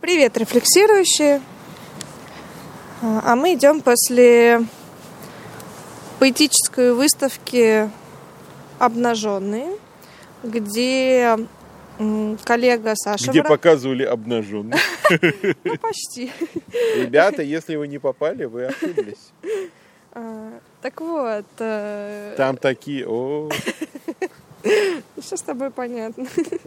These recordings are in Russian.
Привет, рефлексирующие! А мы идем после поэтической выставки «Обнаженные», где коллега Саша... Где показывали обнаженных. Ну, почти. Ребята, если вы не попали, вы ошиблись. Так вот... Там такие... Все с тобой понятно.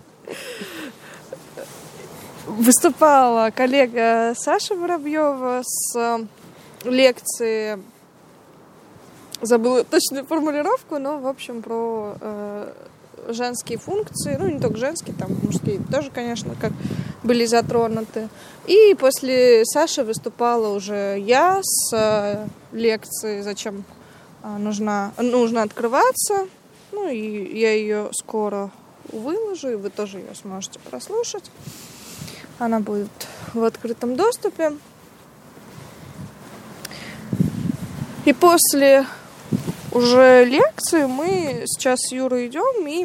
Выступала коллега Саша Воробьева с лекции, забыла точную формулировку, но, в общем, про женские функции, ну, не только женские, там, мужские тоже, конечно, как были затронуты. И после Саши выступала уже я с лекцией «Зачем нужно открываться». Ну, и я ее скоро выложу, и вы тоже ее сможете прослушать. Она будет в открытом доступе. И после уже лекции мы сейчас с Юрой идем и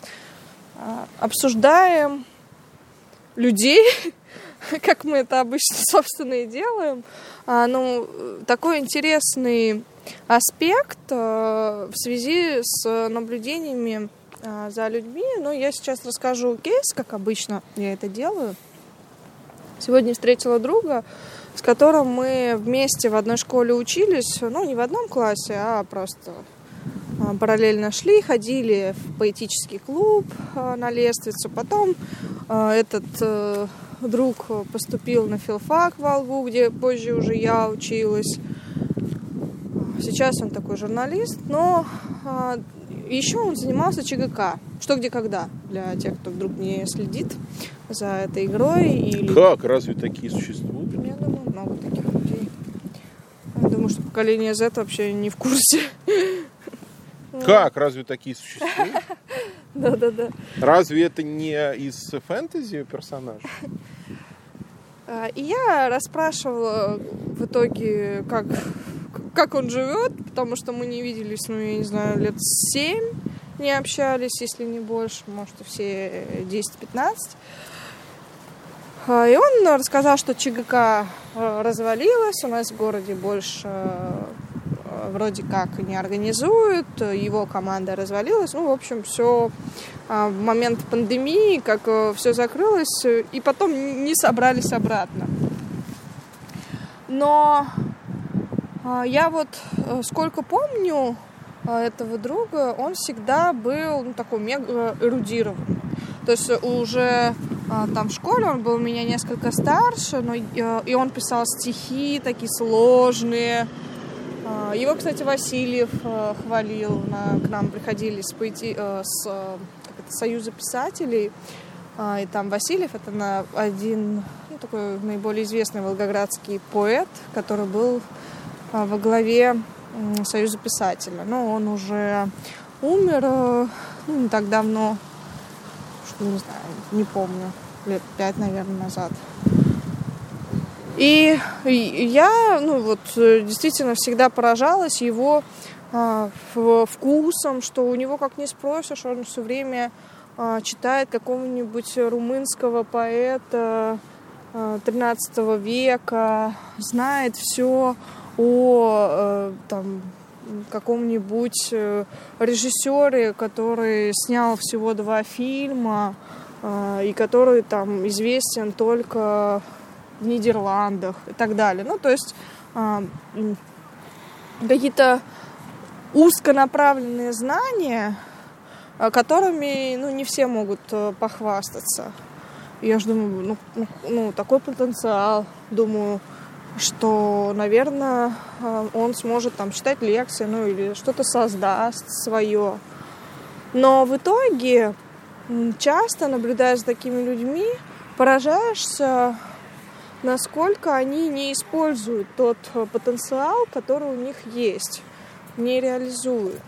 обсуждаем людей, как мы это обычно, собственно, и делаем. Такой интересный аспект в связи с наблюдениями за людьми. Но я сейчас расскажу кейс, как обычно я это делаю. Сегодня встретила друга, с которым мы вместе в одной школе учились, ну, не в одном классе, а просто параллельно ходили в поэтический клуб на Лествицу. Потом этот друг поступил на филфак в Волгу, где позже уже я училась. Сейчас он такой журналист, но еще он занимался ЧГК. Что, где, когда, для тех, кто вдруг не следит за этой игрой. Или... Как? Разве такие существуют? Я думаю, много таких людей. Я думаю, что поколение Z вообще не в курсе. Как? Разве такие существуют? Да. Разве это не из фэнтези персонаж? И я расспрашивала в итоге, как он живет, потому что мы не виделись, я не знаю, лет 7 не общались, если не больше, может, и все 10-15. И он рассказал, что ЧГК развалилась, у нас в городе больше вроде как не организуют, его команда развалилась. Ну, в общем, все в момент пандемии, как все закрылось, и потом не собрались обратно. Но я вот сколько помню этого друга, он всегда был такой мега эрудированный. То есть уже там в школе он был у меня несколько старше, и он писал стихи такие сложные. Его, кстати, Васильев хвалил. К нам приходили с Союза писателей. И там Васильев — это один такой наиболее известный волгоградский поэт, который был во главе Союза писателей. Но он уже умер не так давно, не знаю, не помню, лет 5, наверное, назад. И я, действительно всегда поражалась его вкусом, что у него, как ни спросишь, он все время читает какого-нибудь румынского поэта 13 века, знает все о каком-нибудь режиссере, который снял всего 2 фильма и который там известен только в Нидерландах и так далее. То есть какие-то узконаправленные знания, которыми не все могут похвастаться. И я же думаю, такой потенциал. Думаю, что, наверное, он сможет там читать лекции, или что-то создаст свое. Но в итоге часто, наблюдая за такими людьми, поражаешься, насколько они не используют тот потенциал, который у них есть, не реализуют.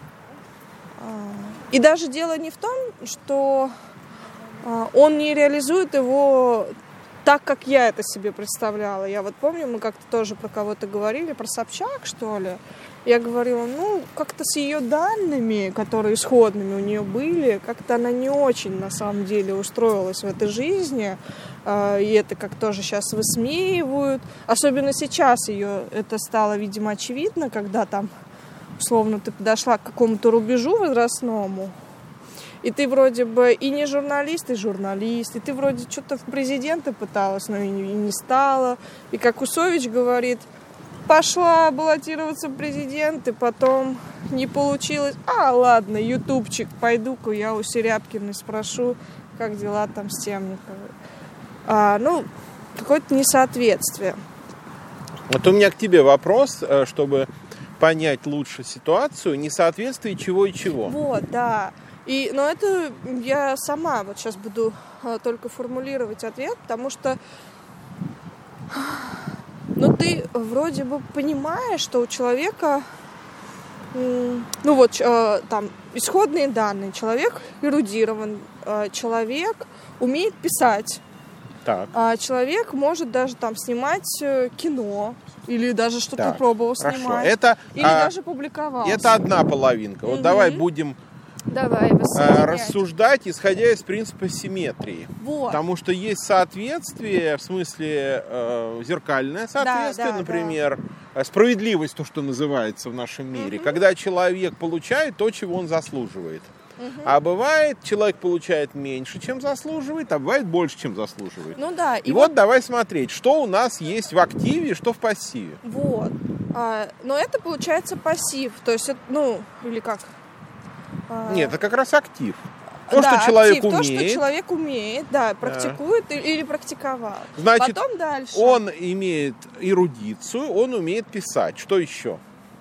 И даже дело не в том, что он не реализует его так, как я это себе представляла. Я вот помню, мы как-то тоже про кого-то говорили, про Собчак, что ли. Я говорила, как-то с ее данными, которые исходными у нее были, как-то она не очень, на самом деле, устроилась в этой жизни. И это как тоже сейчас высмеивают. Особенно сейчас ее это стало, видимо, очевидно, когда там, условно, ты подошла к какому-то рубежу возрастному, и ты вроде бы и не журналист, и журналист, и ты вроде что-то в президенты пыталась, но и не стала. И как Усович говорит, пошла баллотироваться в президенты, потом не получилось. Ладно, ютубчик, пойду-ка я у Серябкиной спрошу, как дела там с Темниковой. Какое-то несоответствие. Вот у меня к тебе вопрос, чтобы понять лучше ситуацию, несоответствие чего и чего. Вот, да. Но это я сама вот сейчас буду только формулировать ответ, потому что ты вроде бы понимаешь, что у человека там исходные данные. Человек эрудирован, человек умеет писать. Так. Человек может даже там снимать кино или даже что-то пробовал снимать. Это, или даже публиковался. Это одна половинка. Вот давай будем рассуждать, исходя из принципа симметрии. Вот. Потому что есть соответствие, в смысле зеркальное соответствие, например, справедливость, то, что называется в нашем мире, когда человек получает то, чего он заслуживает. А бывает, человек получает меньше, чем заслуживает, а бывает больше, чем заслуживает. И вот давай смотреть, что у нас есть в активе и что в пассиве. Вот. Но это получается пассив. То есть, или как? Нет, это как раз актив. Что человек умеет. То, что человек умеет, практикует или практиковал. Значит, потом дальше. Он имеет эрудицию, он умеет писать. Что еще?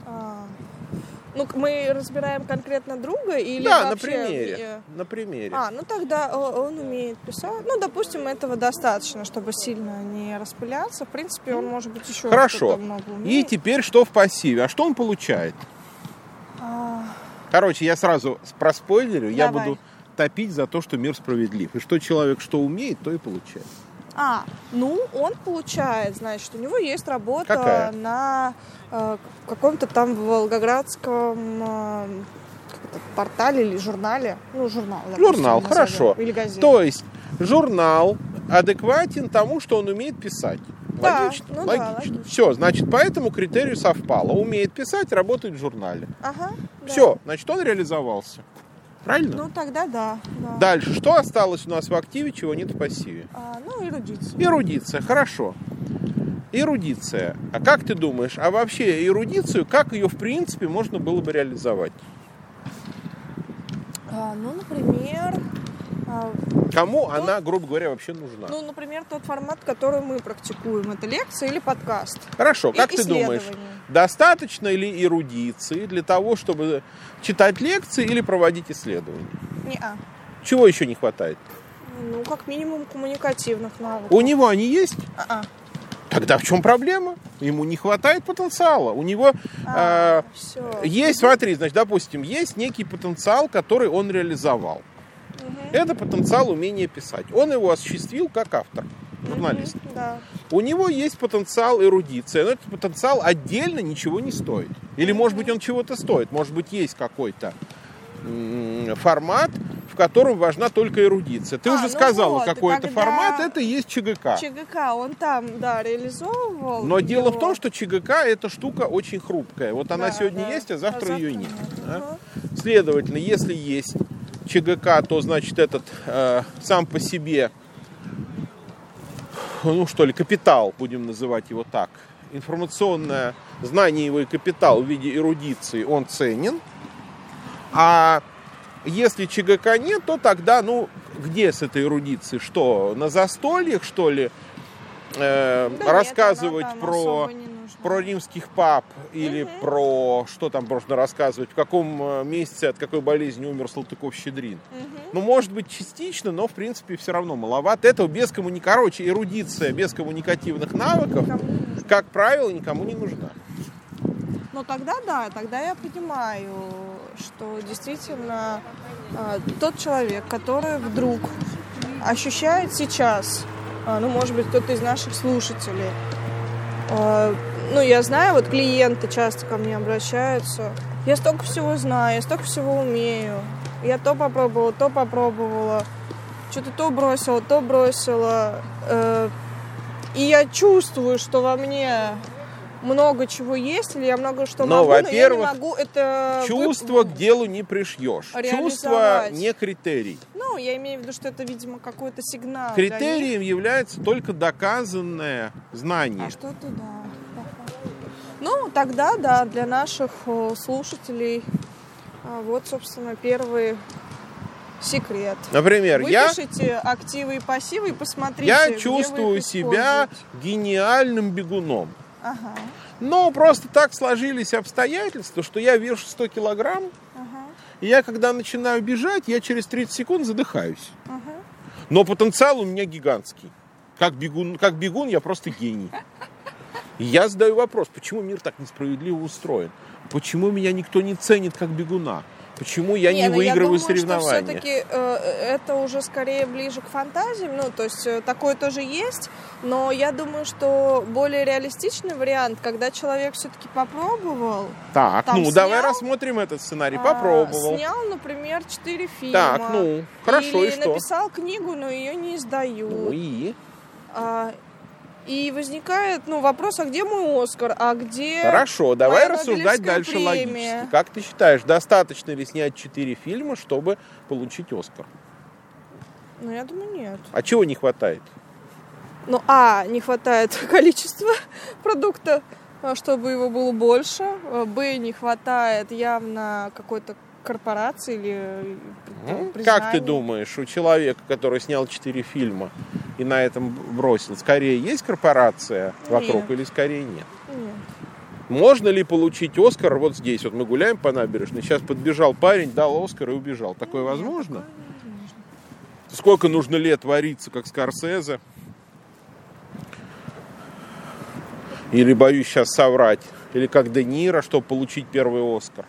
Мы разбираем конкретно друга или вообще... на примере. Тогда он умеет писать. Допустим, этого достаточно, чтобы сильно не распыляться. В принципе, он может быть еще Хорошо. Много умеет. И теперь что в пассиве? А что он получает? Короче, я сразу проспойлерю. Я буду топить за то, что мир справедлив. И что человек что умеет, то и получает. Он получает, значит, у него есть работа Какая? на каком-то там волгоградском портале или журнале. Журнал. Журнал, хорошо. Или газета. То есть журнал адекватен тому, что он умеет писать. Логично? Логично. Все, значит, по этому критерию совпало. Умеет писать, работает в журнале. Все, значит, он реализовался. Правильно? Тогда да. Дальше. Что осталось у нас в активе, чего нет в пассиве? Эрудиция. Эрудиция, хорошо. Эрудиция. А как ты думаешь, вообще эрудицию, как ее в принципе можно было бы реализовать? Например... Кому она, грубо говоря, вообще нужна? Например, тот формат, который мы практикуем, это лекция или подкаст. Хорошо, как ты думаешь, достаточно ли эрудиции для того, чтобы читать лекции или проводить исследования? Не-а. Чего еще не хватает? Как минимум коммуникативных навыков. У него они есть? Тогда в чем проблема? Ему не хватает потенциала. У него есть, смотри, значит, допустим, есть некий потенциал, который он реализовал. Это потенциал умения писать. Он его осуществил как автор, журналист. У него есть потенциал эрудиции, но этот потенциал отдельно ничего не стоит. Или, может быть, он чего-то стоит. Может быть, есть какой-то формат, в котором важна только эрудиция. Ты уже сказала, какой это формат, это и есть ЧГК. ЧГК, он там, реализовывал. Но дело в том, что ЧГК это штука очень хрупкая. Вот она сегодня есть, а завтра ее нет. Следовательно, если есть ЧГК, то значит этот сам по себе, капитал, будем называть его так, информационное знаниевый капитал в виде эрудиции, он ценен. А если ЧГК нет, то тогда, где с этой эрудицией? Что, на застольях, что ли, рассказывать про римских пап или про, что там можно рассказывать, в каком месяце от какой болезни умер Салтыков-Щедрин. Может быть, частично, но, в принципе, все равно маловато. Этого эрудиция без коммуникативных навыков, как правило, никому не нужна. Тогда я понимаю, что действительно тот человек, который вдруг ощущает сейчас ну, может быть, кто-то из наших слушателей. Ну, я знаю, вот клиенты часто ко мне обращаются. Я столько всего знаю, я столько всего умею. Я то попробовала. Что-то то бросила. И я чувствую, что во мне много чего есть, или я много что могу, но я не могу это... чувство к делу не пришьешь. Чувство не критерий. Ну, я имею в виду, что это, видимо, какой-то сигнал. Критерием является только доказанное знание. А что-то, да. Ну, тогда, да, для наших слушателей вот, собственно, первый секрет. Например, выпишите активы и пассивы и посмотрите, я чувствую себя гениальным бегуном. Ага. Но просто так сложились обстоятельства, что я вешу 100 килограмм, и я, когда начинаю бежать, я через 30 секунд задыхаюсь. Но потенциал у меня гигантский. Как бегун я просто гений. И я задаю вопрос, почему мир так несправедливо устроен? Почему меня никто не ценит как бегуна? Почему я не выигрываю соревнования? Я думаю, что все-таки это уже скорее ближе к фантазиям. Ну, то есть такое тоже есть. Но я думаю, что более реалистичный вариант, когда человек все-таки попробовал. Так, давай рассмотрим этот сценарий. Попробовал. Снял, например, 4 фильма. Так, хорошо, и что? Написал книгу, но ее не издают. Ну и? И возникает, вопрос, а где мой Оскар, а где... Хорошо, давай рассуждать дальше логически. Как ты считаешь, достаточно ли снять 4 фильма, чтобы получить Оскар? Ну, я думаю, нет. А чего не хватает? Не хватает количества продукта, чтобы его было больше. Не хватает явно какой-то корпорации или признания. Как ты думаешь, у человека, который снял 4 фильма и на этом бросил, скорее есть корпорация вокруг или скорее нет? Нет. Можно ли получить Оскар вот здесь? Вот мы гуляем по набережной, сейчас подбежал парень, дал Оскар и убежал. Такое возможно? Такое невозможно. Сколько нужно лет вариться, как Скорсезе? Или, боюсь сейчас соврать, или как Де Ниро, чтобы получить первый Оскар?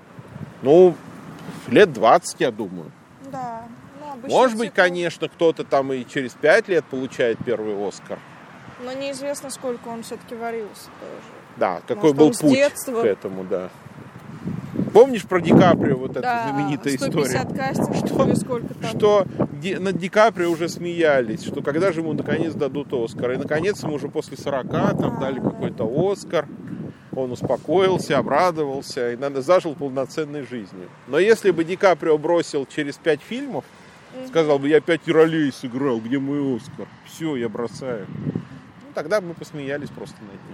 Лет 20, я думаю. Да. Может быть, конечно, кто-то там и через 5 лет получает первый Оскар. Но неизвестно, сколько он все-таки варился тоже. Да, какой был путь к этому, да. Помнишь про Ди Каприо, вот эта знаменитая история? 150 кастингов или сколько там? Что над Ди Каприо уже смеялись, что когда же ему наконец дадут Оскар. И наконец ему уже после 40 там дали какой-то Оскар. Он успокоился, обрадовался и зажил полноценной жизнью. Но если бы Ди Каприо бросил через 5 фильмов, сказал бы, я 5 ролей сыграл, где мой Оскар? Все, я бросаю. Тогда бы мы посмеялись просто над ним.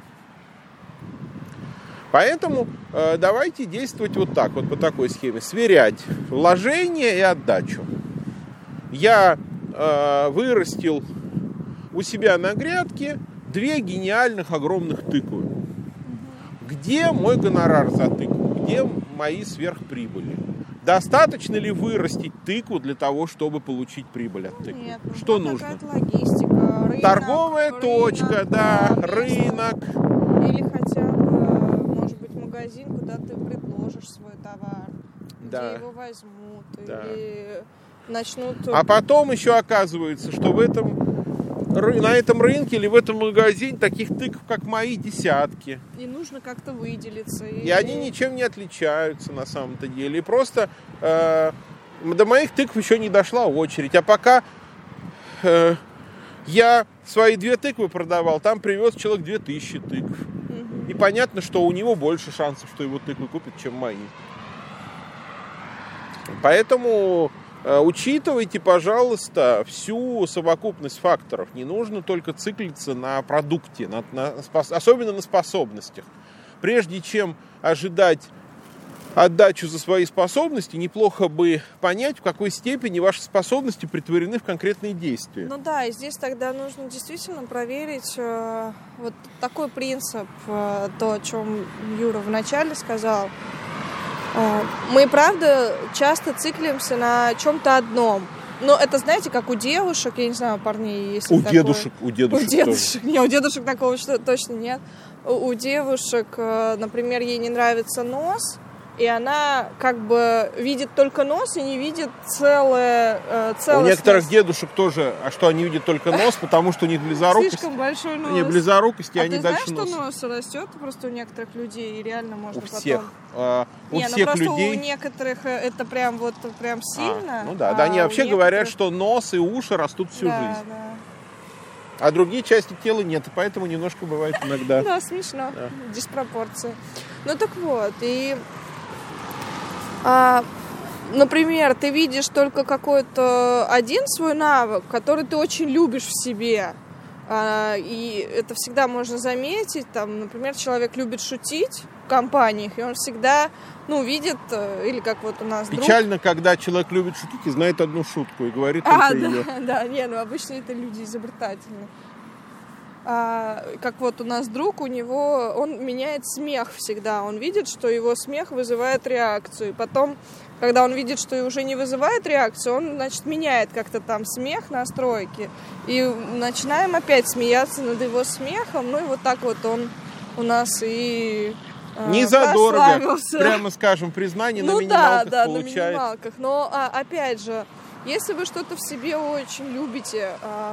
Поэтому давайте действовать вот так, вот по такой схеме. Сверять вложение и отдачу. Я вырастил у себя на грядке 2 гениальных огромных тыквы. Где мой гонорар за тыкву? Где мои сверхприбыли? Достаточно ли вырастить тыкву для того, чтобы получить прибыль от тыквы? Нет, что нужно? Какая-то логистика, рынок, торговая точка, рынок. Или хотя бы, может быть, магазин, куда ты предложишь свой товар, где его возьмут, или начнут... А потом еще оказывается, что на этом рынке или в этом магазине таких тыкв, как мои, десятки. И нужно как-то выделиться. И они ничем не отличаются на самом-то деле. И просто до моих тыкв еще не дошла очередь. А пока я свои 2 тыквы продавал, там привез человек 2000 тыкв. И понятно, что у него больше шансов, что его тыквы купят, чем мои. Поэтому... Учитывайте, пожалуйста, всю совокупность факторов. Не нужно только циклиться на продукте, особенно на способностях. Прежде чем ожидать отдачу за свои способности, неплохо бы понять, в какой степени ваши способности претворены в конкретные действия. И здесь тогда нужно действительно проверить вот такой принцип, то, о чем Юра вначале сказал. Мы, правда, часто циклимся на чем-то одном. Но это, знаете, как у девушек, я не знаю, парней есть у такое. У дедушек. Нет, у дедушек такого точно нет. У девушек, например, ей не нравится нос, и она как бы видит только нос и не видит целостность. У некоторых дедушек тоже, а что они видят только нос, потому что у них близорукость. Слишком большой нос. Не, близорукость, и они ты дальше знаешь, нос. что нос растет просто у некоторых людей, и реально можно У потом... всех. У Не, всех просто людей. у некоторых это прям сильно. Ну да, они вообще говорят, что нос и уши растут всю жизнь. Да. А другие части тела нет, и поэтому немножко бывает иногда. Да, смешно. Да. Диспропорция. Ну так вот, и... например, ты видишь только какой-то один свой навык, который ты очень любишь в себе. И это всегда можно заметить. Там, например, человек любит шутить в компаниях, и он всегда, видит, или как вот у нас Печально, когда человек любит шутить и знает одну шутку и говорит только ее. Да, обычно это люди изобретательные. Как вот у нас друг, он меняет смех всегда. Он видит, что его смех вызывает реакцию. И потом, когда он видит, что уже не вызывает реакцию, он, значит, меняет как-то там смех, настройки. И начинаем опять смеяться над его смехом. Ну и вот так вот он у нас и не задорого, прямо скажем, признание на минималках получает. На минималках. Но, опять же, если вы что-то в себе очень любите...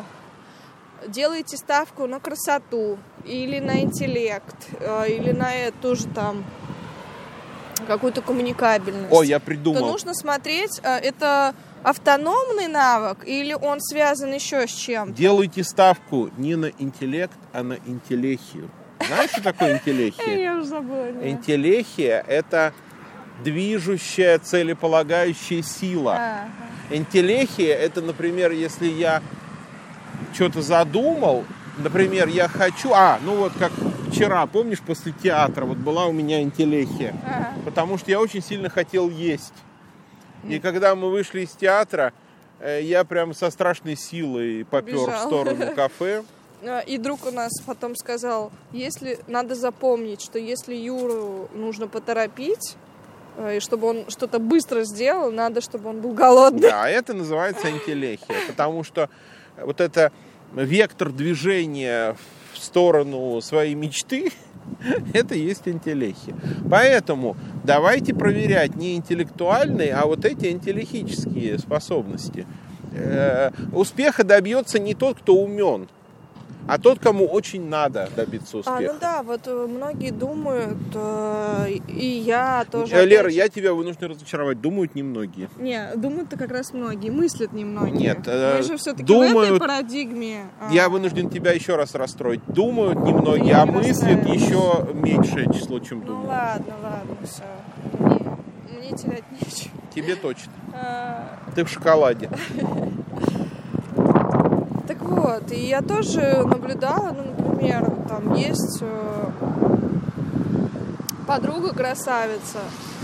делаете ставку на красоту или на интеллект, или на эту же там какую-то коммуникабельность. Ой, я придумал. То нужно смотреть, это автономный навык или он связан еще с чем-то. Делайте ставку не на интеллект, а на интеллехию. Знаешь, что такое интеллехия? Я уже забыла. Интеллехия – это движущая, целеполагающая сила. Интеллехия – это, например, если я что-то задумал, например, я хочу... вот как вчера, помнишь, после театра, вот была у меня интеллехия, потому что я очень сильно хотел есть. И когда мы вышли из театра, я прям со страшной силой попер в сторону кафе. И друг у нас потом сказал, надо запомнить, что если Юру нужно поторопить, и чтобы он что-то быстро сделал, надо, чтобы он был голодный. Да, это называется интеллехия, потому что вот это вектор движения в сторону своей мечты, это есть интеллехия. Поэтому давайте проверять не интеллектуальные, а вот эти интеллехические способности. Успеха добьется не тот, кто умен, а тот, кому очень надо добиться успеха. Вот многие думают, и я тоже... Лера, я тебя вынужден разочаровать. Думают немногие. Не, думают-то как раз многие, мыслят немногие. Нет, мы же все-таки думают, в этой парадигме. Я вынужден тебя еще раз расстроить. Думают немногие, а мыслят еще меньшее число, чем думают. Ладно, все. Мне терять нечего. Тебе точно. Ты в шоколаде. Так вот, и я тоже наблюдала, например, там есть подруга-красавица.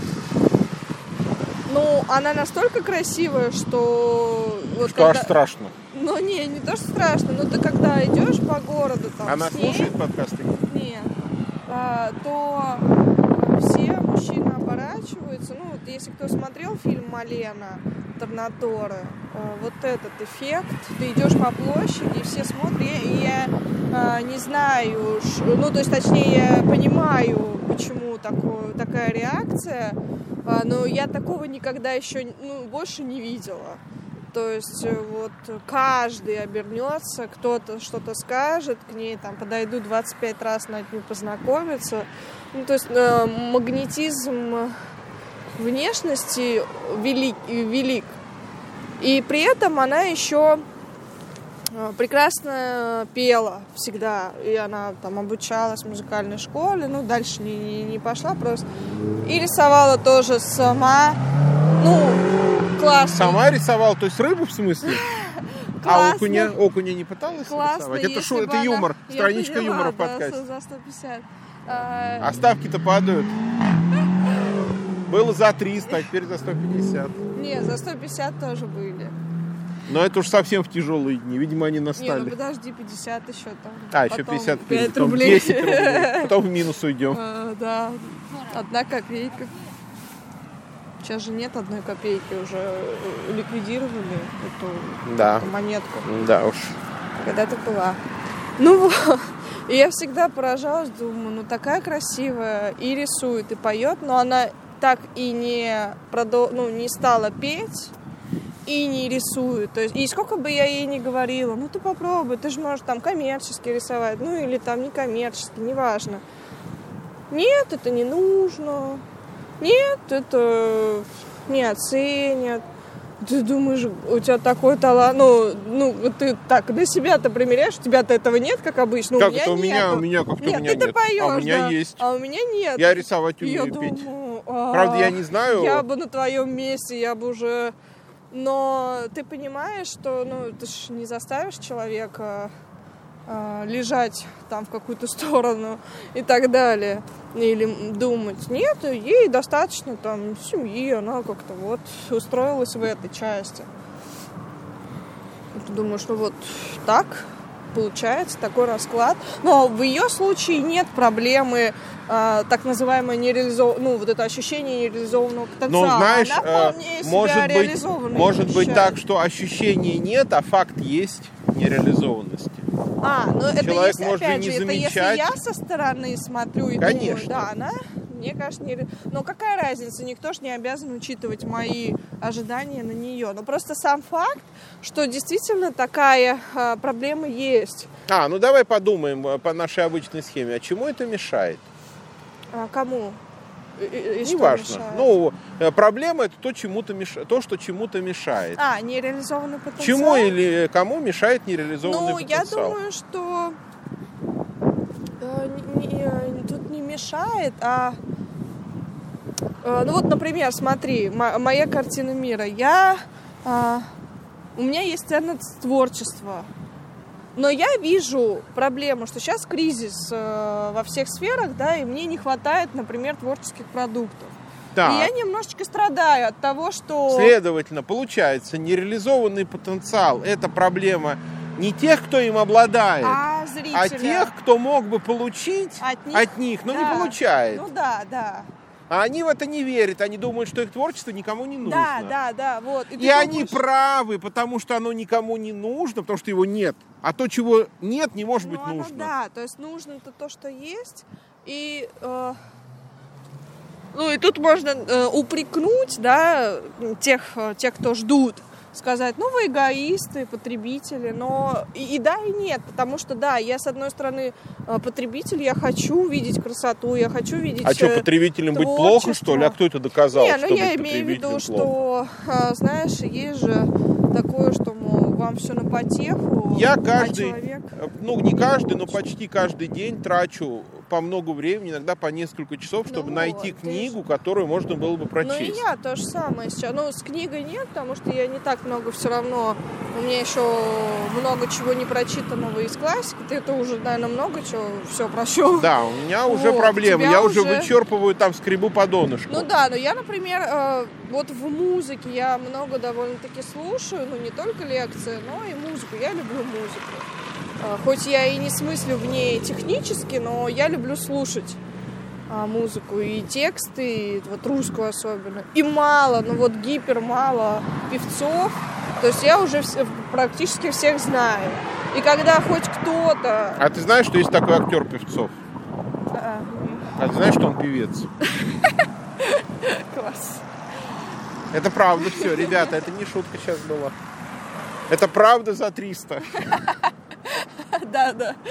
Она настолько красивая, что... Аж страшно. Не то, что страшно, но ты когда идешь по городу там она с ней, слушает подкасты? Нет. То все мужчины оборачиваются. Если кто смотрел фильм «Малена», «Торнаторы», вот этот эффект. Ты идешь по площади, и все смотрят, и я не знаю, точнее, я понимаю, почему такая реакция, но я такого никогда еще больше не видела. То есть вот каждый обернется, кто-то что-то скажет, к ней там подойдут 25 раз над ней познакомиться. То есть магнетизм внешности велик. И при этом она еще прекрасно пела всегда. И она там обучалась в музыкальной школе, дальше не пошла просто. И рисовала тоже сама. Классно. Сама рисовала, то есть рыбу в смысле? Классно. А окуня не пыталась рисовать? Это юмор, страничка юмора в подкасте. За 150. А ставки-то падают. Было за 300, а теперь за 150. Не, за 150 тоже были. Но это уж совсем в тяжелые дни. Видимо, они настали. Подожди, 50 еще там. Еще 50 5 потом рублей. 10 рублей. Потом в минус уйдем. Да, 1 копейка. Сейчас же нет 1 копейки, уже ликвидировали эту монетку. Да уж. Когда-то была. И я всегда поражалась, думаю, такая красивая, и рисует, и поет, но она так и не стала петь и не рисует. То есть, и сколько бы я ей ни говорила, ну ты попробуй, ты же можешь там коммерчески рисовать, ну или там некоммерчески, неважно. Нет, это не нужно. Нет, это не оценят. Ты думаешь, у тебя такой талант, ты так на себя-то примеряешь, у тебя-то этого нет, как обычно. Как это у меня как-то нет, у меня нет. Поешь, а у меня есть. А у меня нет. Я рисовать умею, петь. Правда, я не знаю. Я бы на твоем месте, я бы уже... Но ты понимаешь, что ты ж не заставишь человека лежать там в какую-то сторону и так далее. Или думать. Нет, ей достаточно там семьи, она как-то вот устроилась в этой части. Ты думаешь, вот так получается такой расклад. Но в ее случае нет проблемы так называемое нереализованное, вот это ощущение нереализованного потенциала. Но знаешь, она вполне себя реализованной может быть ощущает. так, что ощущения нет, а факт есть нереализованности. Это человек если, может опять же не это замечать. если я со стороны смотрю и Конечно. думаю, да, она, мне кажется, но какая разница, никто же не обязан учитывать мои ожидания на нее. Но просто сам факт, что действительно такая проблема есть. Давай подумаем по нашей обычной схеме, а чему это мешает? Кому? Не важно. Проблема это то, что чему-то мешает. Нереализованный потенциал. Чему или кому мешает нереализованный потенциал? Я думаю, что тут не мешает, например, смотри, моя картина мира. У меня есть ценность творчества. Но я вижу проблему, что сейчас кризис во всех сферах, да, и мне не хватает, например, творческих продуктов. Да. И я немножечко страдаю от того, что... Следовательно, получается, нереализованный потенциал – это проблема не тех, кто им обладает, а тех, кто мог бы получить от них, но не получает. Да. А они в это не верят, они думают, что их творчество никому не нужно. Да, вот. И они правы, потому что оно никому не нужно, потому что его нет. А то, чего нет, не может быть нужно. Да, то есть нужно-то то, что есть. И, и тут можно упрекнуть, да, тех, кто ждут. Сказать, вы эгоисты, потребители, но и да, и нет, потому что, да, я, с одной стороны, потребитель, я хочу видеть красоту, я хочу видеть А что, потребителям быть плохо, что ли? А кто это доказал, что я имею в виду, что, знаешь, есть же такое, что, вам все на потеху, человек... не каждый, но почти каждый день трачу по много времени, иногда по несколько часов, чтобы найти книгу, которую можно было бы прочесть. И я то же самое сейчас. С книгой нет, потому что я не так много все равно. У меня еще много чего не прочитанного из классики. Ты-то уже, наверное, много чего все прочел. Да, у меня уже проблемы. Я уже вычерпываю, скребу по донышку. Но я, например, в музыке я много довольно-таки слушаю, не только лекции, но и музыку. Я люблю музыку. Хоть я и не смыслю в ней технически, но я люблю слушать музыку и тексты, и русскую особенно. И мало, гипер мало певцов. То есть я уже практически всех знаю. И когда хоть кто-то... А ты знаешь, что есть такой актер Певцов? А ты знаешь, что он певец? Класс. Это правда все, ребята, это не шутка сейчас была. Это правда за 300. Да.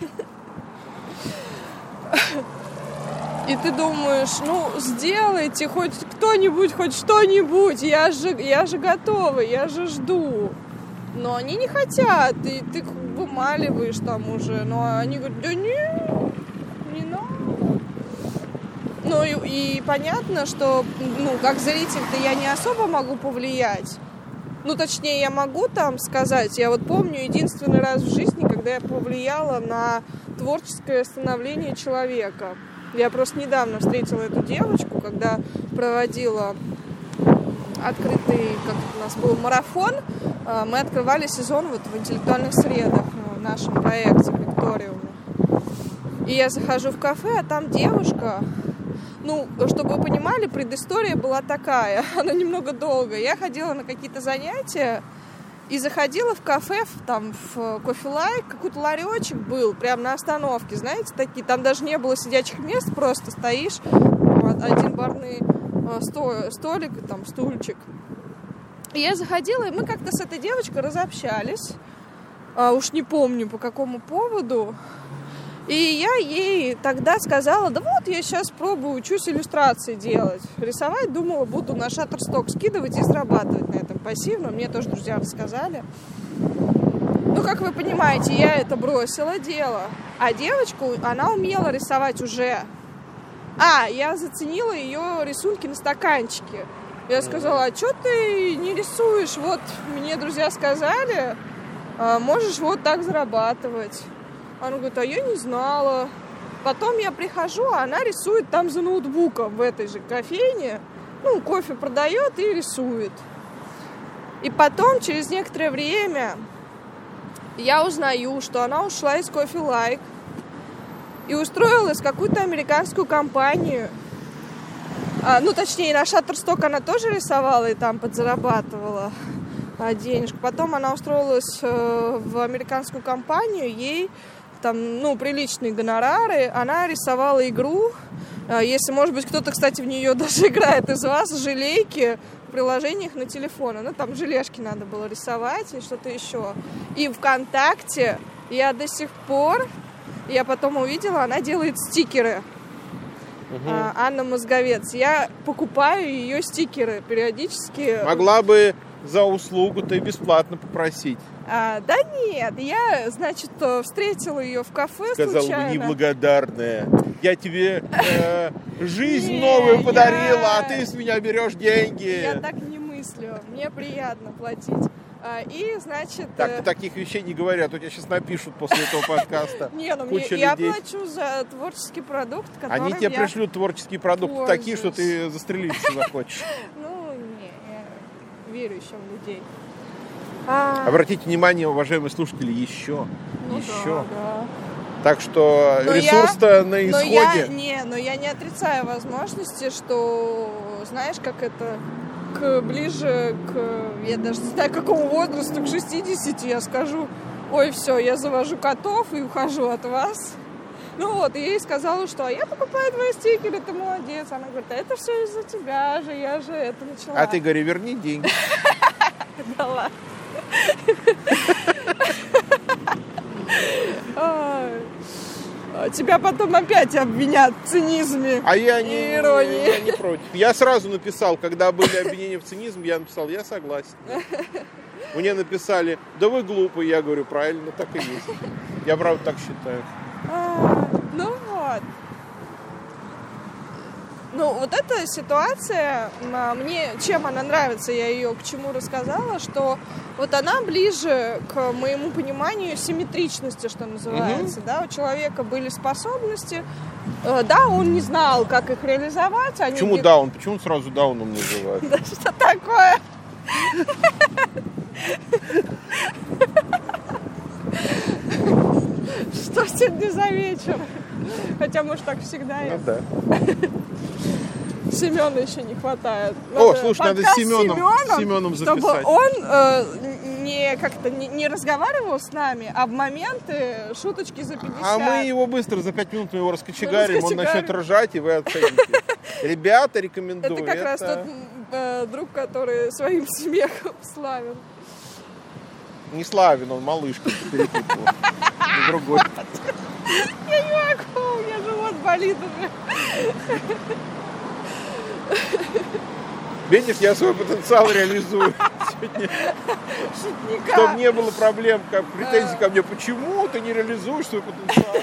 И ты думаешь, сделайте хоть кто-нибудь, хоть что-нибудь, я же готова, я же жду. Но они не хотят, и ты вымаливаешь там уже, но они говорят, да не надо. И понятно, что, как зритель-то я не особо могу повлиять. Точнее, я могу сказать, я помню единственный раз в жизни, когда я повлияла на творческое становление человека. Я просто недавно встретила эту девочку, когда проводила открытый, как у нас был марафон, мы открывали сезон в интеллектуальных средах в нашем проекте Викториуме. И я захожу в кафе, а там девушка... чтобы вы понимали, предыстория была такая, она немного долгая. Я ходила на какие-то занятия и заходила в кафе, в кофе-лайк, какой-то ларечек был, прямо на остановке, знаете, такие, там даже не было сидячих мест, просто стоишь, один барный столик, там, стульчик. И я заходила, и мы как-то с этой девочкой разобщались. Уж не помню, по какому поводу. И я ей тогда сказала, да вот, я сейчас пробую, учусь иллюстрации делать. Рисовать, думала, буду на Shutterstock скидывать и зарабатывать на этом пассивно. Мне тоже друзья рассказали. Ну, как вы понимаете, я это бросила дело. А девочку, она умела рисовать уже. Я заценила ее рисунки на стаканчике. Я сказала, а что ты не рисуешь? Вот, мне друзья сказали, можешь вот так зарабатывать. Она говорит, а я не знала. Потом я прихожу, а она рисует там за ноутбуком в этой же кофейне. Ну, кофе продает и рисует. И потом, через некоторое время, я узнаю, что она ушла из Coffee Like и устроилась в какую-то американскую компанию. Точнее, на Shutterstock она тоже рисовала и там подзарабатывала денежку. Потом она устроилась в американскую компанию, ей там, приличные гонорары. Она рисовала игру. Если, может быть, кто-то, кстати, в нее даже играет из вас, желейки в приложениях на телефоне. Там желешки надо было рисовать и что-то еще. И ВКонтакте я до сих пор, я потом увидела, она делает стикеры. Анна Мозговец. Я покупаю ее стикеры периодически. Могла бы за услугу-то и бесплатно попросить. Да нет, я, значит, встретила ее в кафе сказала случайно. бы, неблагодарная. Я тебе жизнь новую подарила, а ты с меня берешь деньги. Я так не мыслю. Мне приятно платить. И, значит... Так, таких вещей не говорят. У тебя сейчас напишут после этого подкаста. Я плачу за творческий продукт, который они тебе пришлют творческие продукты такие, что ты застрелиться захочешь. Я верю еще в людей. Обратите внимание, уважаемые слушатели, еще. Да. Так что ресурс-то на исходе. Но я не отрицаю возможности, что, знаешь, как это... ближе к, я даже не знаю, к какому возрасту, к 60 я скажу, ой, все, я завожу котов и ухожу от вас. И я ей сказала, что я покупаю твои стикеры, ты молодец. Она говорит, это все из-за тебя же, я же это начала. А ты говори, верни деньги. Да ладно. Тебя потом опять обвинят в цинизме и иронии. Я не против. Я сразу написал, когда были обвинения в цинизме, я написал, я согласен. Мне написали, да вы глупые. Я говорю, правильно, так и есть. Я, правда, так считаю. Вот эта ситуация, мне чем она нравится, я ее к чему рассказала, что вот она ближе к моему пониманию симметричности, что называется, да, у человека были способности, да, он не знал, как их реализовать. Почему даун? Почему он сразу дауном называют? Да что такое? Что сегодня за вечер? Хотя, может, так всегда. Да. Семена еще не хватает. Надо с Семеном записать. Чтобы он не разговаривал с нами, а в моменты шуточки за 50. А мы его быстро, за 5 минут мы его раскочегарим, он начнет ржать, и вы оцените. Ребята, рекомендую. Это как раз тот друг, который своим смехом славен. Не славен, он малышка перепутал. Не другой. Я не могу, у меня живот болит уже. Видишь, я свой потенциал реализую сегодня. Шутника. Чтобы не было проблем, претензий ко мне. Почему ты не реализуешь свой потенциал?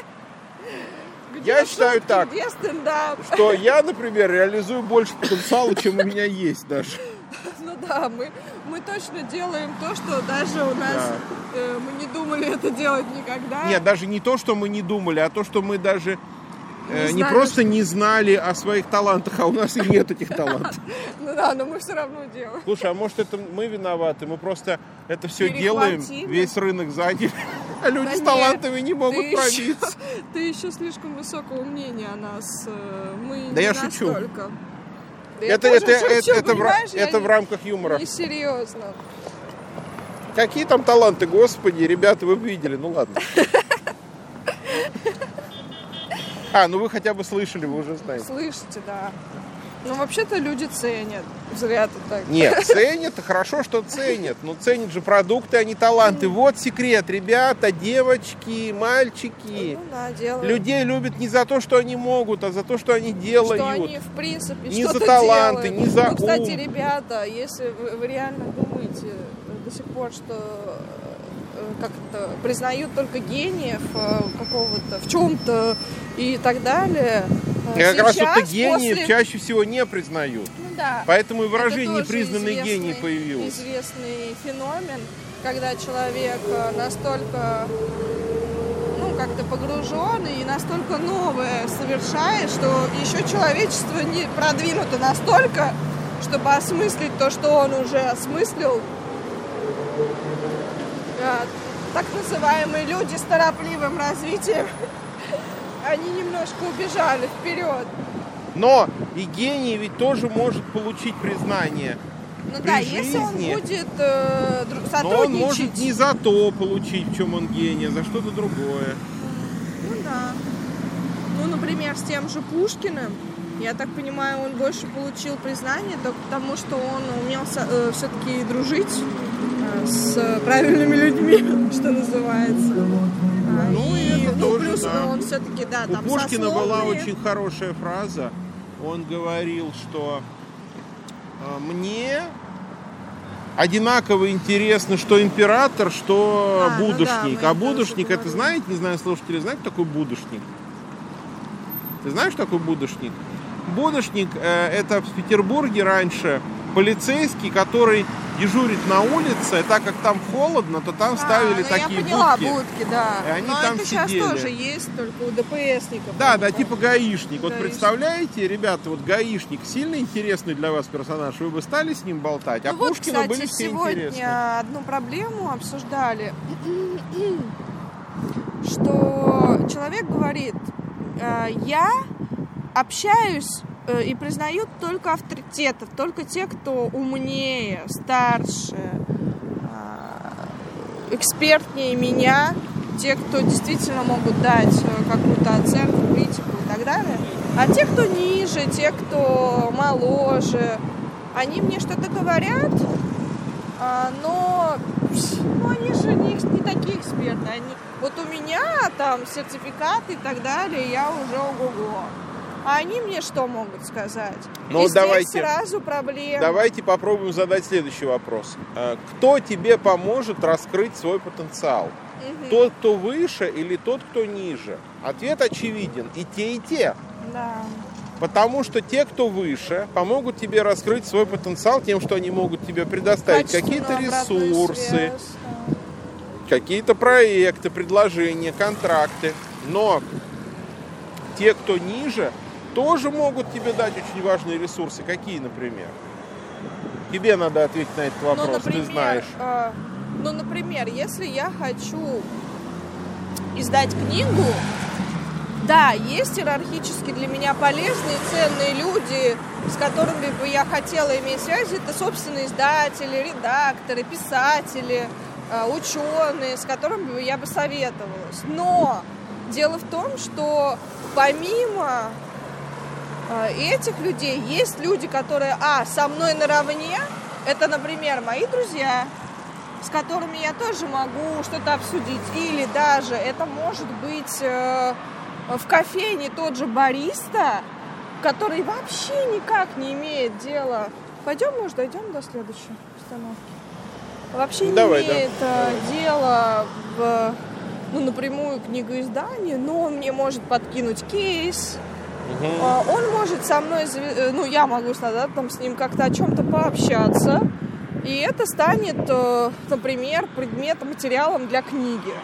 Я считаю так, что я, например, реализую больше потенциала, чем у меня есть даже. Мы точно делаем то, что даже у нас мы не думали это делать никогда. Нет, даже не то, что мы не думали, а то, что мы даже не просто не знали о своих талантах, а у нас и нет этих талантов. Но мы все равно делаем. Слушай, а может это мы виноваты? Мы просто это все делаем, весь рынок сзади, а люди с талантами не могут пробиться. Ты еще слишком высокого мнения о нас. Мы не я настолько. Шучу. Это в рамках юмора. Несерьезно. Какие там таланты, господи, ребята, вы видели, ну ладно. Вы хотя бы слышали, вы уже знаете. Слышите, да. Ну, вообще-то люди ценят. Зря ты так. Нет, ценят, хорошо, что ценят. Но ценят же продукты, а не таланты. Вот секрет, ребята, девочки, мальчики. Ну, да, делают. Людей любят не за то, что они могут, а за то, что они делают. Что они, в принципе, не что-то за таланты, делают. не за ум. Кстати, ребята, если вы реально думаете до сих пор, что как-то признают только гениев какого-то в чем-то и так далее. Как раз вот гениев чаще всего не признают. Ну, да. Поэтому и выражение «непризнанный гений» появилось. Известный феномен, когда человек настолько как-то погружен и настолько новое совершает, что еще человечество не продвинуто настолько, чтобы осмыслить то, что он уже осмыслил. Так называемые люди с торопливым развитием, они немножко убежали вперед. Но и гений ведь тоже может получить признание. Ну да, жизни. Если он будет сотрудничать. Но он может не за то получить, в чем он гений, а за что-то другое. Ну да. Ну, например, с тем же Пушкиным, я так понимаю, он больше получил признание только потому, что он умел все-таки дружить с правильными людьми, что называется. Ну и тоже, плюс да. Он все-таки, да, У там Пушкина сословные. была очень хорошая фраза. Он говорил, что мне одинаково интересно, что император, что будущник. Ну да, а будущник, это знаете, не знаю, слушатели знают, кто такой будущник? Ты знаешь, что такой будущник? Будущник это в Петербурге раньше полицейский, который дежурит на улице, и так как там холодно, то там ставили такие будки. Я поняла, будки, да. И они но там это сидели. Сейчас тоже есть, только у ДПСников. Да, типа гаишник. Вот Гаишник. представляете, ребята, вот гаишник сильно интересный для вас персонаж, вы бы стали с ним болтать, а Пушкина кстати, были все сегодня интересны. одну проблему обсуждали, что человек говорит, я общаюсь и признают только авторитетов, только те, кто умнее, старше, экспертнее меня, те, кто действительно могут дать какую-то оценку, критику и так далее. А те, кто ниже, те, кто моложе, они мне что-то говорят, но они же не такие эксперты. Вот у меня там сертификаты и так далее, я уже ого-го. А они мне что могут сказать? Ну, и здесь сразу проблема. Давайте попробуем задать следующий вопрос. Кто тебе поможет раскрыть свой потенциал? Тот, кто выше, или тот, кто ниже? Ответ очевиден. И те. Да. Потому что те, кто выше, помогут тебе раскрыть свой потенциал тем, что они могут тебе предоставить какие-то ресурсы, какие-то проекты, предложения, контракты. Но те, кто ниже, тоже могут тебе дать очень важные ресурсы. Какие, например? Тебе надо ответить на этот вопрос, например, ты знаешь. Например, если я хочу издать книгу, да, есть иерархически для меня полезные, ценные люди, с которыми бы я хотела иметь связь. Это, собственно, издатели, редакторы, писатели, ученые, с которыми я бы советовалась. Но дело в том, что помимо этих людей есть люди, которые, со мной наравне. Это, например, мои друзья, с которыми я тоже могу что-то обсудить. Или даже это может быть в кофейне тот же бариста, который вообще никак не имеет дела. Пойдем, может, дойдем до следующей остановки. Вообще не имеет дела напрямую книгоизданию, но он мне может подкинуть кейс. Он может со мной, я могу с ним как-то о чем-то пообщаться. И это станет, например, предметом, материалом для книги.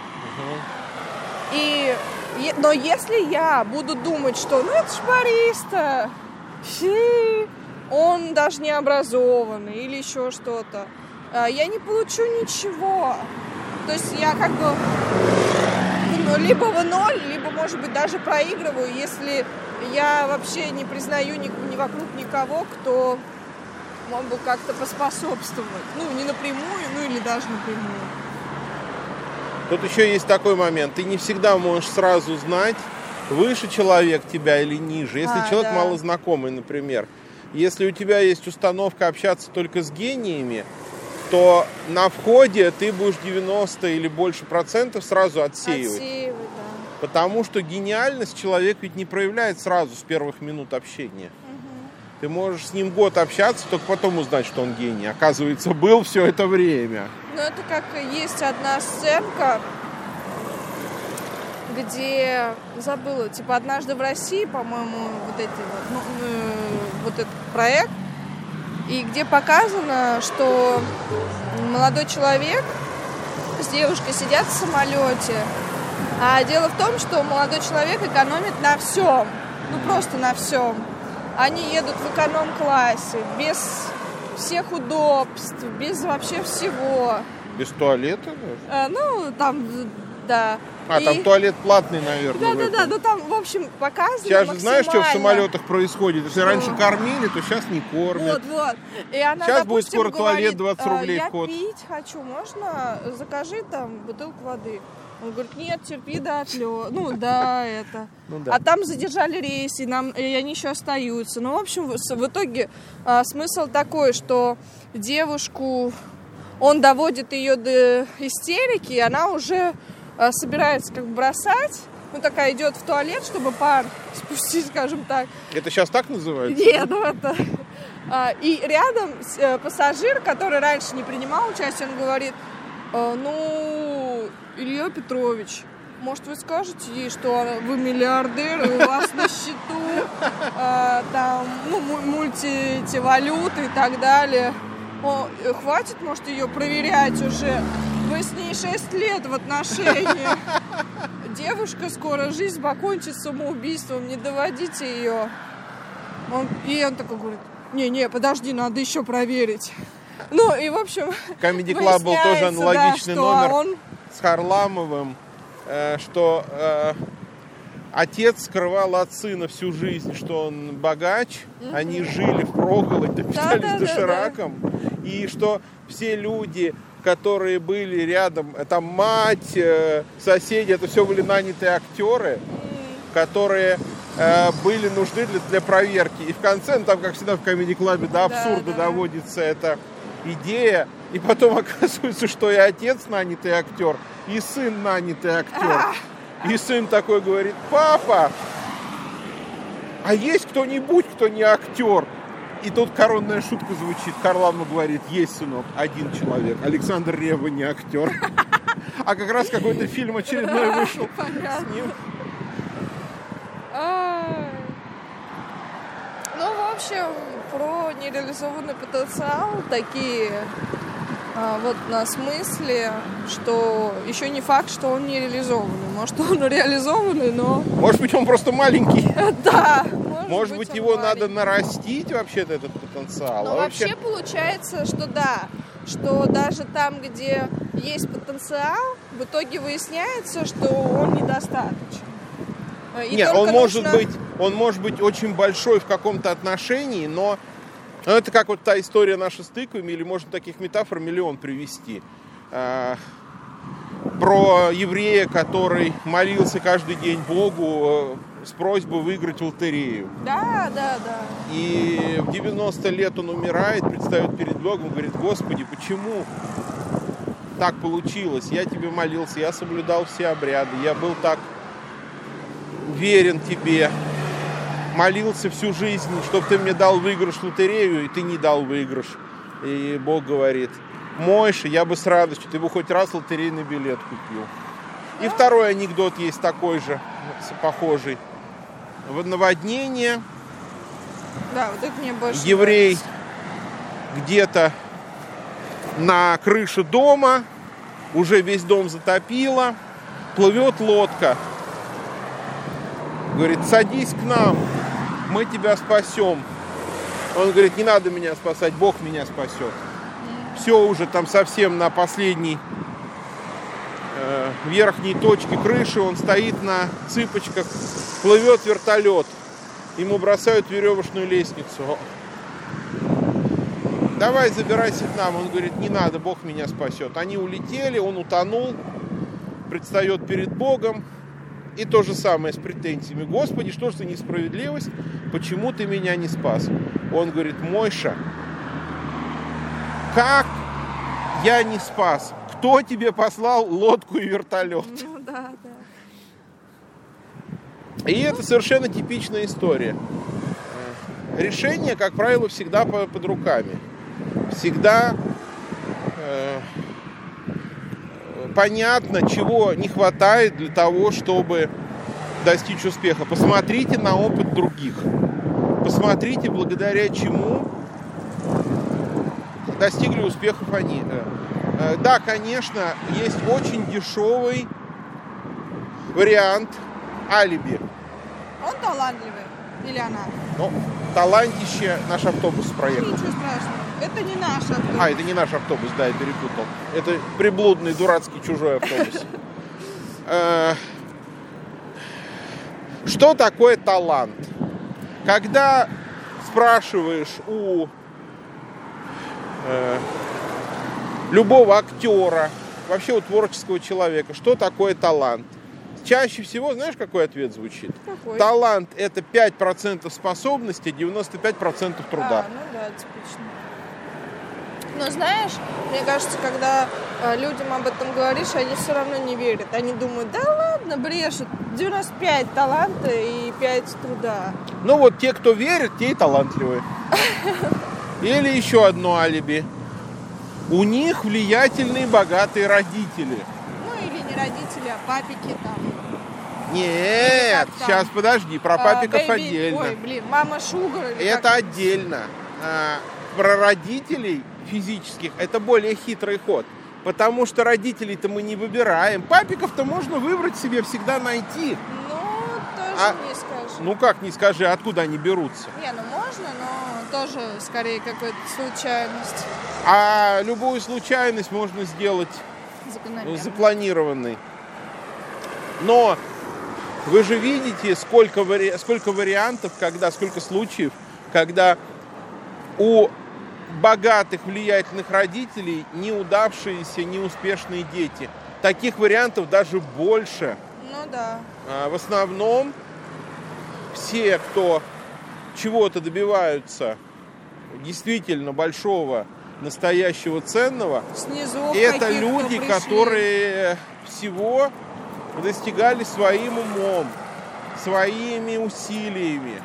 Но если я буду думать, что это ж бариста, он даже не образованный или еще что-то, я не получу ничего. То есть я как бы либо в ноль, либо, может быть, даже проигрываю, если я вообще не признаю ни вокруг никого, кто мог бы как-то поспособствовать. Не напрямую, или даже напрямую. Тут еще есть такой момент. Ты не всегда можешь сразу знать, выше человек тебя или ниже. Если человек малознакомый, например. Если у тебя есть установка общаться только с гениями, то на входе ты будешь 90 или больше процентов сразу отсеивать. Да. Потому что гениальность человек ведь не проявляет сразу с первых минут общения. Ты можешь с ним год общаться, только потом узнать, что он гений. Оказывается, был все это время. Ну, это как есть одна сценка, где, забыла, типа «Однажды в России», по-моему, вот этот проект, и где показано, что молодой человек с девушкой сидят в самолете. А дело в том, что молодой человек экономит на всем. Ну, просто на всем. Они едут в эконом-классе, без всех удобств, без вообще всего. Без туалета? Ну, там, да. Там туалет платный, наверное. Да, ну там, в общем, показано сейчас же максимально. Знаешь, что в самолетах происходит? Если раньше кормили, то сейчас не кормят. Вот. И она, сейчас допустим, будет скоро говорит, туалет 20 рублей вход. Я пить хочу, можно? Закажи там бутылку воды. Он говорит, нет, терпи до отлета. Да. А там задержали рейс, и они еще остаются. Ну, в общем, в итоге смысл такой, что девушку, он доводит ее до истерики, и она уже собирается как бы бросать. Ну, такая идет в туалет, чтобы пар спустить, скажем так. Это сейчас так называется? Нет, это... И рядом пассажир, который раньше не принимал участие, он говорит, Илья Петрович, может, вы скажете ей, что вы миллиардер, и у вас на счету мультивалюты и так далее. Хватит, может, ее проверять уже. Вы с ней 6 лет в отношениях. Девушка, скоро жизнь покончит самоубийством, не доводите ее. И он такой говорит, не, подожди, надо еще проверить. Ну, и, в общем, Comedy Club был тоже аналогичный номер с Харламовым, что отец скрывал от сына всю жизнь, что он богач, они жили впроголодь, питались дошираком, и что все люди, которые были рядом, там мать, соседи, это все были нанятые актеры, которые были нужны для проверки. И в конце, там, как всегда в Comedy Club, до абсурда доводится эта идея. И потом оказывается, что и отец нанятый актер, и сын нанятый актер. И сын такой говорит, папа, а есть кто-нибудь, кто не актер? И тут коронная шутка звучит. Харламов говорит, есть, сынок, один человек. Александр Ревва не актер. А как раз какой-то фильм очередной вышел с ним. Ну, в общем, про нереализованный потенциал такие вот на смысле, что еще не факт, что он не реализованный. Может, он реализованный, но... Может быть, он просто маленький. Да. Может быть, его надо нарастить вообще-то, этот потенциал. Но вообще получается, что да, что даже там, где есть потенциал, в итоге выясняется, что он недостаточен. Нет, он может быть очень большой в каком-то отношении, но это как вот та история наша с тыквами, или можно таких метафор миллион привести. Про еврея, который молился каждый день Богу с просьбой выиграть в лотерею. Да. И в 90 лет он умирает, предстает перед Богом, говорит, Господи, почему так получилось? Я тебе молился, я соблюдал все обряды, я был так верен тебе, молился всю жизнь, чтобы ты мне дал выигрыш в лотерею, и ты не дал выигрыш. И Бог говорит, Мойша, я бы с радостью, ты бы хоть раз лотерейный билет купил. И второй анекдот есть такой же, похожий. Наводнение. Да, вот это мне больше еврей нравится. Где-то на крыше дома, уже весь дом затопило, плывет лодка. Говорит, садись к нам, мы тебя спасем. Он говорит, не надо меня спасать, Бог меня спасет. Все уже там совсем на последней верхней точке крыши, он стоит на цыпочках, плывет вертолет. Ему бросают веревочную лестницу. Давай, забирайся к нам. Он говорит, не надо, Бог меня спасет. Они улетели, он утонул, предстает перед Богом. И то же самое с претензиями. Господи, что ж за несправедливость? Почему ты меня не спас? Он говорит: Мойша, как я не спас? Кто тебе послал лодку и вертолет? Ну да. И это совершенно типичная история. Решение, как правило, всегда под руками. Всегда понятно, чего не хватает для того, чтобы достичь успеха. Посмотрите на опыт других. Посмотрите, благодаря чему достигли успехов они. Да, конечно, есть очень дешевый вариант алиби. Он талантливый или она? Ну, талантище наш автобус проехал. Ничего страшного. Это не наш автобус. Это не наш автобус, да, я перепутал. Это приблудный, дурацкий, чужой автобус. Что такое талант? Когда спрашиваешь у любого актера, вообще у творческого человека, что такое талант, чаще всего, знаешь, какой ответ звучит? Какой? Талант – это 5% способности, 95% труда. Ну да, типично. Но знаешь, мне кажется, когда людям об этом говоришь, они все равно не верят. Они думают: да ладно, брешут. 95 таланта и 5 труда. Ну вот те, кто верит, те и талантливые. Или еще одно алиби. У них влиятельные, богатые родители. Ну или не родители, а папики там. Нет, сейчас подожди, про папиков отдельно. Ой, блин, мама Шугар. Это отдельно. Про родителей физических это более хитрый ход. Потому что родителей-то мы не выбираем. Папиков-то можно выбрать себе, всегда найти. Ну, тоже не скажи. Ну как не скажи, откуда они берутся? Не, ну можно, но тоже скорее какая-то случайность. А любую случайность можно сделать запланированной. Но вы же видите, сколько вариантов, сколько случаев, когда у богатых, влиятельных родителей неудавшиеся, неуспешные дети. Таких вариантов даже больше. Ну да. В основном все, кто чего-то добиваются действительно большого, настоящего, ценного, это люди, которые всего достигали своим умом, своими усилиями.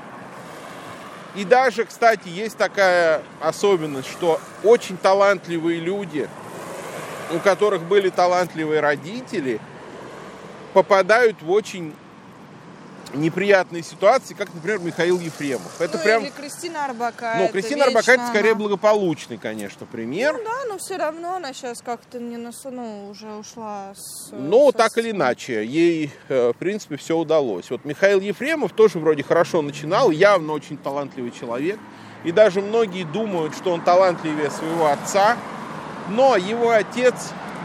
И даже, кстати, есть такая особенность, что очень талантливые люди, у которых были талантливые родители, попадают в очень неприятные ситуации, как, например, Михаил Ефремов. Это или Кристина Орбакайте. Ну, Кристина Орбакайте скорее благополучный, конечно, пример. Ну да, но все равно она сейчас как-то уже ушла с... Ну, так или иначе, ей, в принципе, все удалось. Вот Михаил Ефремов тоже вроде хорошо начинал, явно очень талантливый человек. И даже многие думают, что он талантливее своего отца. Но его отец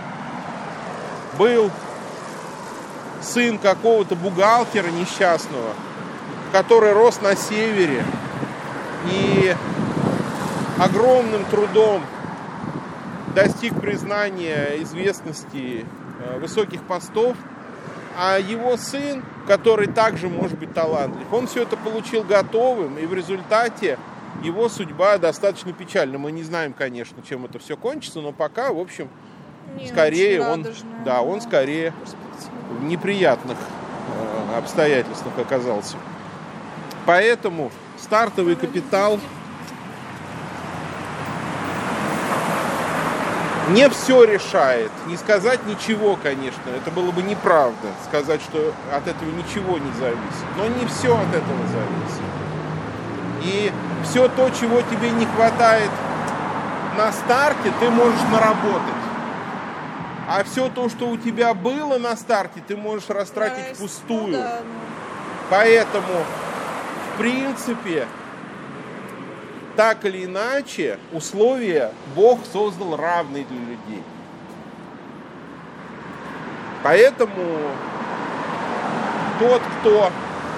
был сын какого-то бухгалтера несчастного, который рос на севере и огромным трудом достиг признания, известности, высоких постов. А его сын, который также может быть талантлив, он все это получил готовым, и в результате его судьба достаточно печальна. Мы не знаем, конечно, чем это все кончится, но пока, в общем, скорее он скорее в неприятных обстоятельствах оказался. Поэтому стартовый капитал не все решает. Не сказать ничего, конечно, это было бы неправда. Сказать, что от этого ничего не зависит. Но не все от этого зависит. И все то, чего тебе не хватает на старте, ты можешь наработать. А все то, что у тебя было на старте, ты можешь растратить впустую. Ну, да. Поэтому, в принципе, так или иначе, условия Бог создал равные для людей. Поэтому тот, кто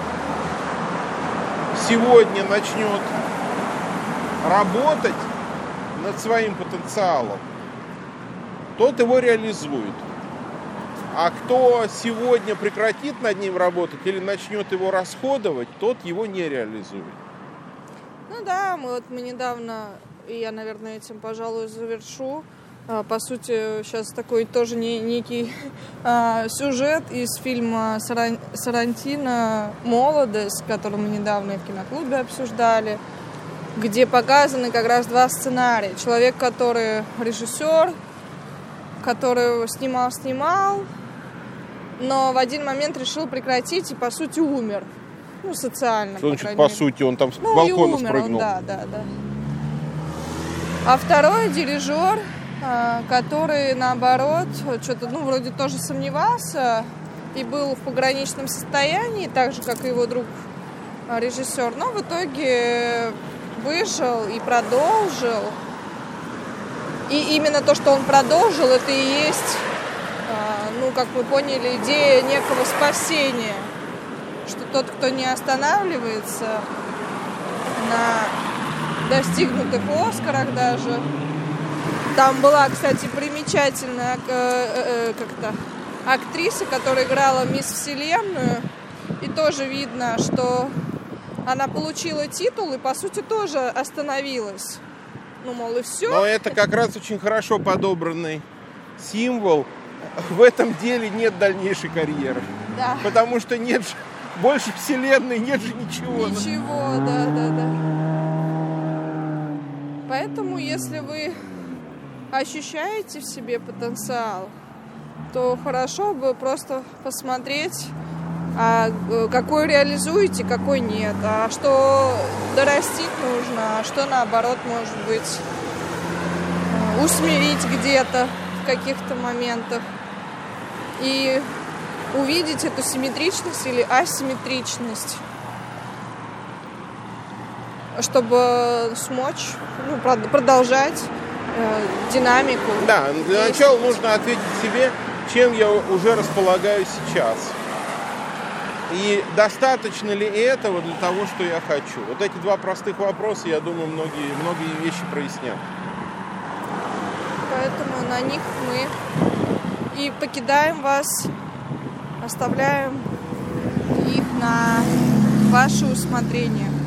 сегодня начнет работать над своим потенциалом, тот его реализует. А кто сегодня прекратит над ним работать или начнет его расходовать, тот его не реализует. Ну Ну да, мы недавно, и я, наверное, этим, пожалуй, завершу. По сути, сейчас такой тоже некий сюжет из фильма Сарантино «Молодость», который мы недавно в киноклубе обсуждали, где показаны как раз два сценария. Человек, который режиссер, который снимал, но в один момент решил прекратить и, по сути, умер. Ну, социально, что значит, по сути, он там с балкона спрыгнул? Да. А второй дирижер, который, наоборот, что-то, вроде тоже сомневался и был в пограничном состоянии, так же, как и его друг режиссер, но в итоге выжил и продолжил. И именно то, что он продолжил, это и есть, как мы поняли, идея некого спасения. Что тот, кто не останавливается на достигнутых Оскарах даже. Там была, кстати, примечательная актриса, которая играла Мисс Вселенную. И тоже видно, что она получила титул и, по сути, тоже остановилась. Мол, и все. Но это как раз очень хорошо подобранный символ. В этом деле нет дальнейшей карьеры. Да. Потому что нет же больше Вселенной, нет же ничего. Ничего, да. Поэтому, если вы ощущаете в себе потенциал, то хорошо бы просто посмотреть, какой реализуете, какой нет, а что дорастить нужно, а что, наоборот, может быть, усмирить где-то в каких-то моментах. И увидеть эту симметричность или асимметричность, чтобы смочь продолжать динамику. Да, для начала нужно ответить себе, чем я уже располагаю сейчас. И достаточно ли этого для того, что я хочу? Вот эти два простых вопроса, я думаю, многие вещи прояснят. Поэтому на них мы и покидаем вас, оставляем их на ваше усмотрение.